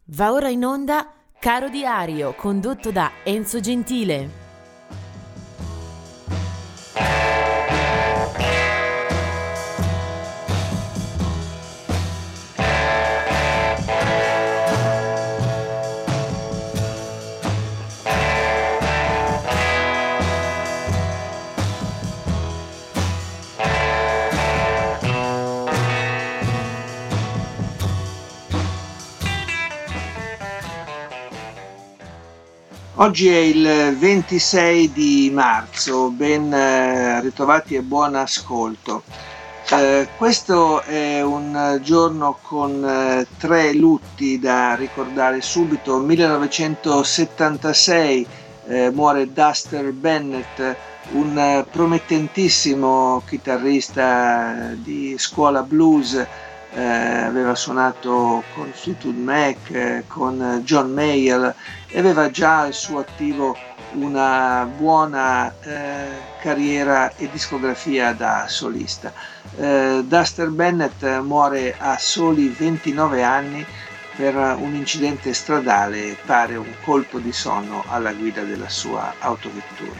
Va ora in onda Caro Diario, condotto da Enzo Gentile. Oggi è il 26 di marzo, ben ritrovati e buon ascolto. Questo è un giorno con tre lutti da ricordare subito. 1976 muore Duster Bennett, un promettentissimo chitarrista di scuola blues. Aveva suonato con Fleetwood Mac, con John Mayall e aveva già al suo attivo una buona carriera e discografia da solista. Duster Bennett muore a soli 29 anni per un incidente stradale, pare un colpo di sonno alla guida della sua autovettura.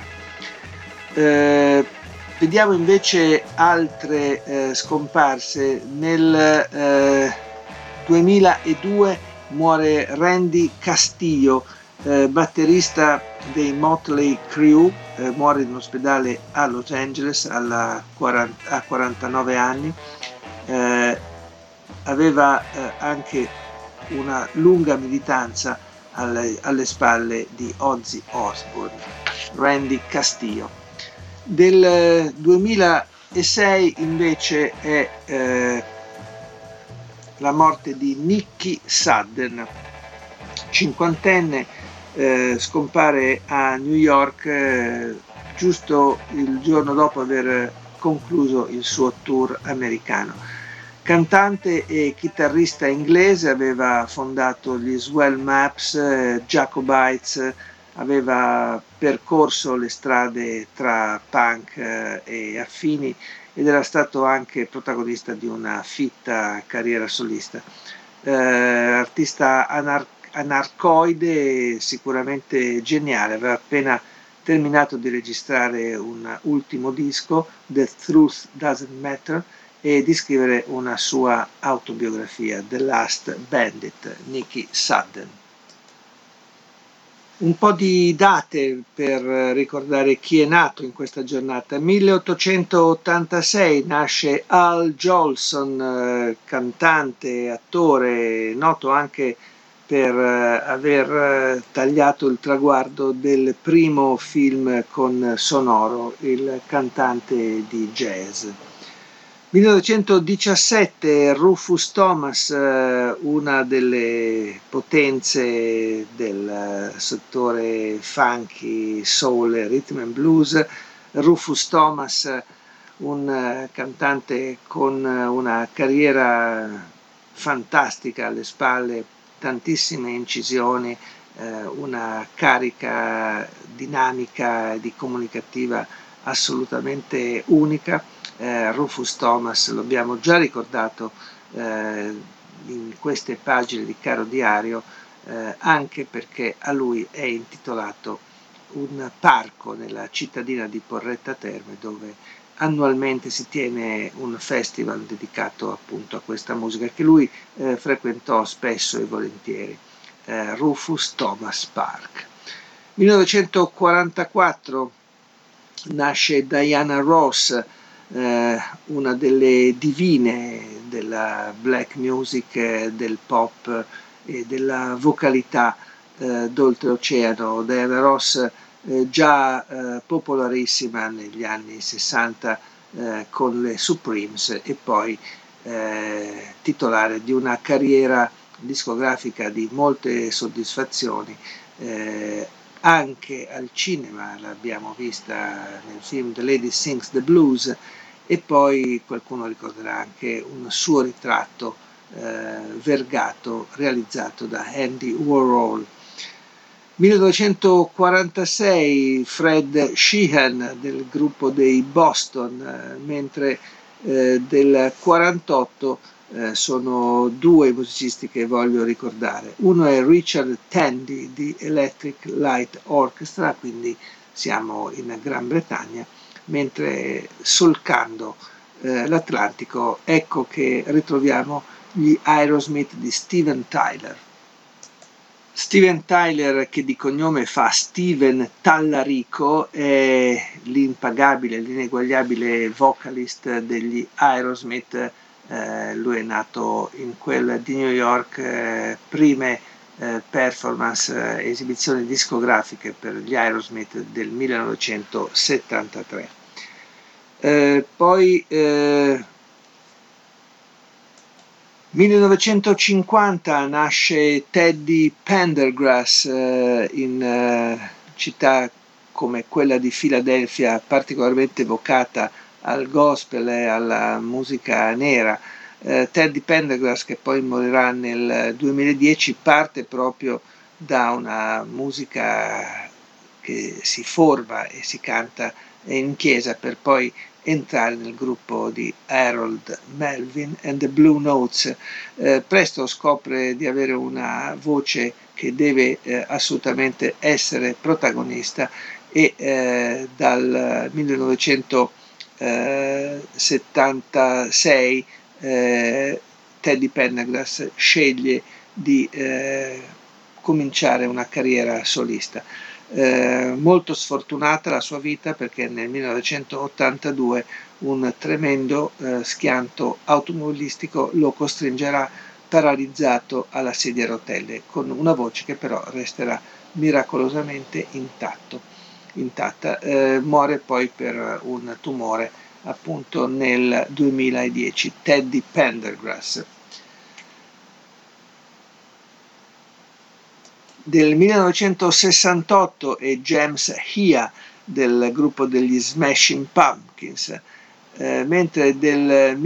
Vediamo invece altre scomparse. Nel 2002 muore Randy Castillo, batterista dei Motley Crue, muore in ospedale a Los Angeles a 49 anni. Aveva anche una lunga militanza alle spalle di Ozzy Osbourne. Randy Castillo. Del 2006 invece è la morte di Nicky Sudden, cinquantenne, scompare a New York giusto il giorno dopo aver concluso il suo tour americano. Cantante e chitarrista inglese, aveva fondato gli Swell Maps, Jacobites, aveva percorso le strade tra punk e affini ed era stato anche protagonista di una fitta carriera solista. Artista anarcoide, sicuramente geniale, aveva appena terminato di registrare un ultimo disco, The Truth Doesn't Matter, e di scrivere una sua autobiografia, The Last Bandit, Nicky Sudden. Un po' di date per ricordare chi è nato in questa giornata. 1886 nasce Al Jolson, cantante, attore, noto anche per aver tagliato il traguardo del primo film con sonoro, Il cantante di jazz. 1917 Rufus Thomas, una delle potenze del settore funky, soul, rhythm and blues. Rufus Thomas, un cantante con una carriera fantastica alle spalle, tantissime incisioni, una carica dinamica e comunicativa assolutamente unica. Rufus Thomas lo abbiamo già ricordato in queste pagine di Caro Diario, anche perché a lui è intitolato un parco nella cittadina di Porretta Terme, dove annualmente si tiene un festival dedicato appunto a questa musica che lui frequentò spesso e volentieri. Rufus Thomas Park. 1944 nasce Diana Ross, una delle divine della black music, del pop e della vocalità d'oltreoceano. Diana Ross, già popolarissima negli anni 60 con le Supremes e poi titolare di una carriera discografica di molte soddisfazioni. Anche al cinema l'abbiamo vista nel film The Lady Sings the Blues, e poi qualcuno ricorderà anche un suo ritratto vergato realizzato da Andy Warhol. 1946 Fred Sheehan del gruppo dei Boston, mentre del 48 sono due musicisti che voglio ricordare. Uno è Richard Tandy di Electric Light Orchestra, quindi siamo in Gran Bretagna, mentre solcando l'Atlantico ecco che ritroviamo gli Aerosmith di Steven Tyler. Steven Tyler, che di cognome fa Steven Tallarico, è l'impagabile, l'ineguagliabile vocalist degli Aerosmith. Lui è nato in quel di New York, prime performance, esibizioni discografiche per gli Aerosmith del 1973. Poi 1950 nasce Teddy Pendergrass in città come quella di Filadelfia, particolarmente vocata al gospel e alla musica nera. Teddy Pendergrass, che poi morirà nel 2010, parte proprio da una musica che si forma e si canta in chiesa per poi entrare nel gruppo di Harold Melvin and the Blue Notes. Presto scopre di avere una voce che deve assolutamente essere protagonista e dal 1976 Teddy Pendergrass sceglie di cominciare una carriera solista. Molto sfortunata la sua vita, perché nel 1982 un tremendo schianto automobilistico lo costringerà paralizzato alla sedia a rotelle, con una voce che però resterà miracolosamente intatta. Muore poi per un tumore appunto nel 2010. Teddy Pendergrass. Del 1968 è James Hia del gruppo degli Smashing Pumpkins, mentre del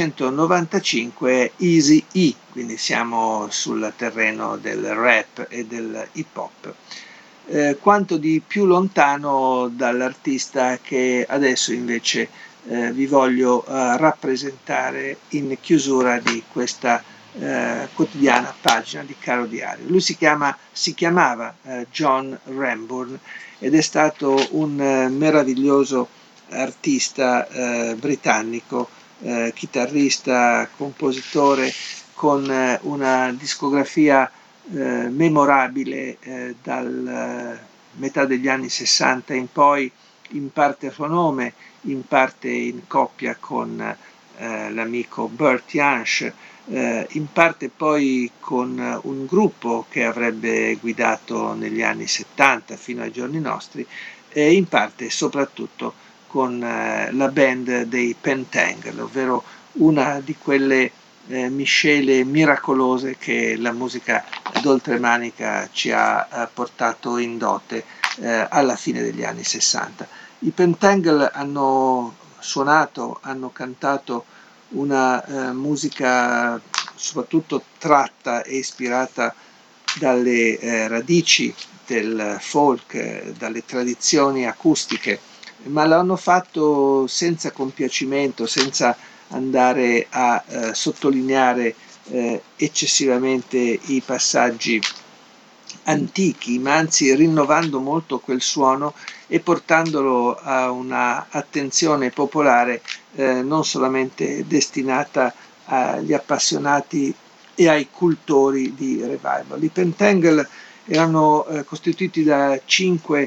1995 è Eazy-E, quindi siamo sul terreno del rap e del hip hop. Quanto di più lontano dall'artista che adesso invece vi voglio rappresentare in chiusura di questa quotidiana pagina di Caro Diario. Lui si chiamava John Ramburn ed è stato un meraviglioso artista britannico, chitarrista, compositore con una discografia memorabile dal metà degli anni 60 in poi, in parte a suo nome, in parte in coppia con l'amico Bert Jansch, in parte poi con un gruppo che avrebbe guidato negli anni 70 fino ai giorni nostri, e in parte soprattutto con la band dei Pentangle, ovvero una di quelle miscele miracolose che la musica d'oltremanica ci ha portato in dote alla fine degli anni 60. I Pentangle hanno suonato, hanno cantato una musica soprattutto tratta e ispirata dalle radici del folk, dalle tradizioni acustiche, ma l'hanno fatto senza compiacimento, senza andare a sottolineare eccessivamente i passaggi antichi, ma anzi rinnovando molto quel suono e portandolo a una attenzione popolare non solamente destinata agli appassionati e ai cultori di revival. I Pentangle erano costituiti da 5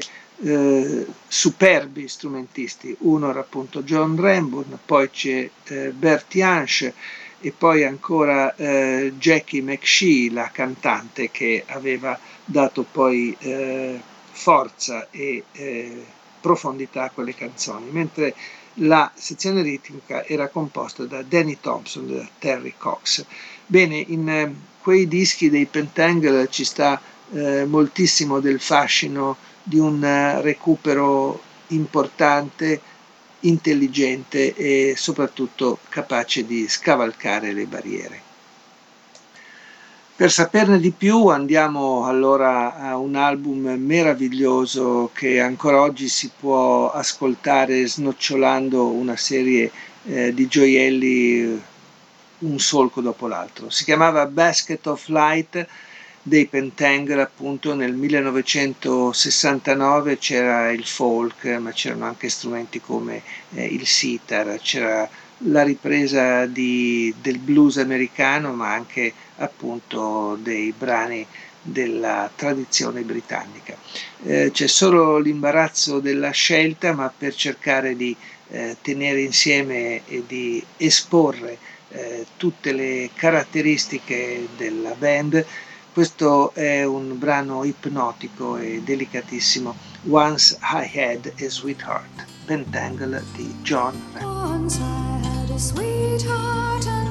superbi strumentisti. Uno era appunto John Ramburn, poi c'è Bert Jansch e poi ancora Jackie McShee, la cantante, che aveva dato poi forza e profondità a quelle canzoni, mentre la sezione ritmica era composta da Danny Thompson e da Terry Cox. Bene, in quei dischi dei Pentangle ci sta moltissimo del fascino di un recupero importante, intelligente e soprattutto capace di scavalcare le barriere. Per saperne di più andiamo allora a un album meraviglioso che ancora oggi si può ascoltare snocciolando una serie di gioielli un solco dopo l'altro. Si chiamava Basket of Light dei Pentangle, appunto. Nel 1969 c'era il folk, ma c'erano anche strumenti come il sitar, c'era la ripresa del blues americano, ma anche appunto dei brani della tradizione britannica. C'è solo l'imbarazzo della scelta, ma per cercare di tenere insieme e di esporre tutte le caratteristiche della band, questo è un brano ipnotico e delicatissimo, Once I Had a Sweetheart, Pentangle di John Rennie. Once I had a sweetheart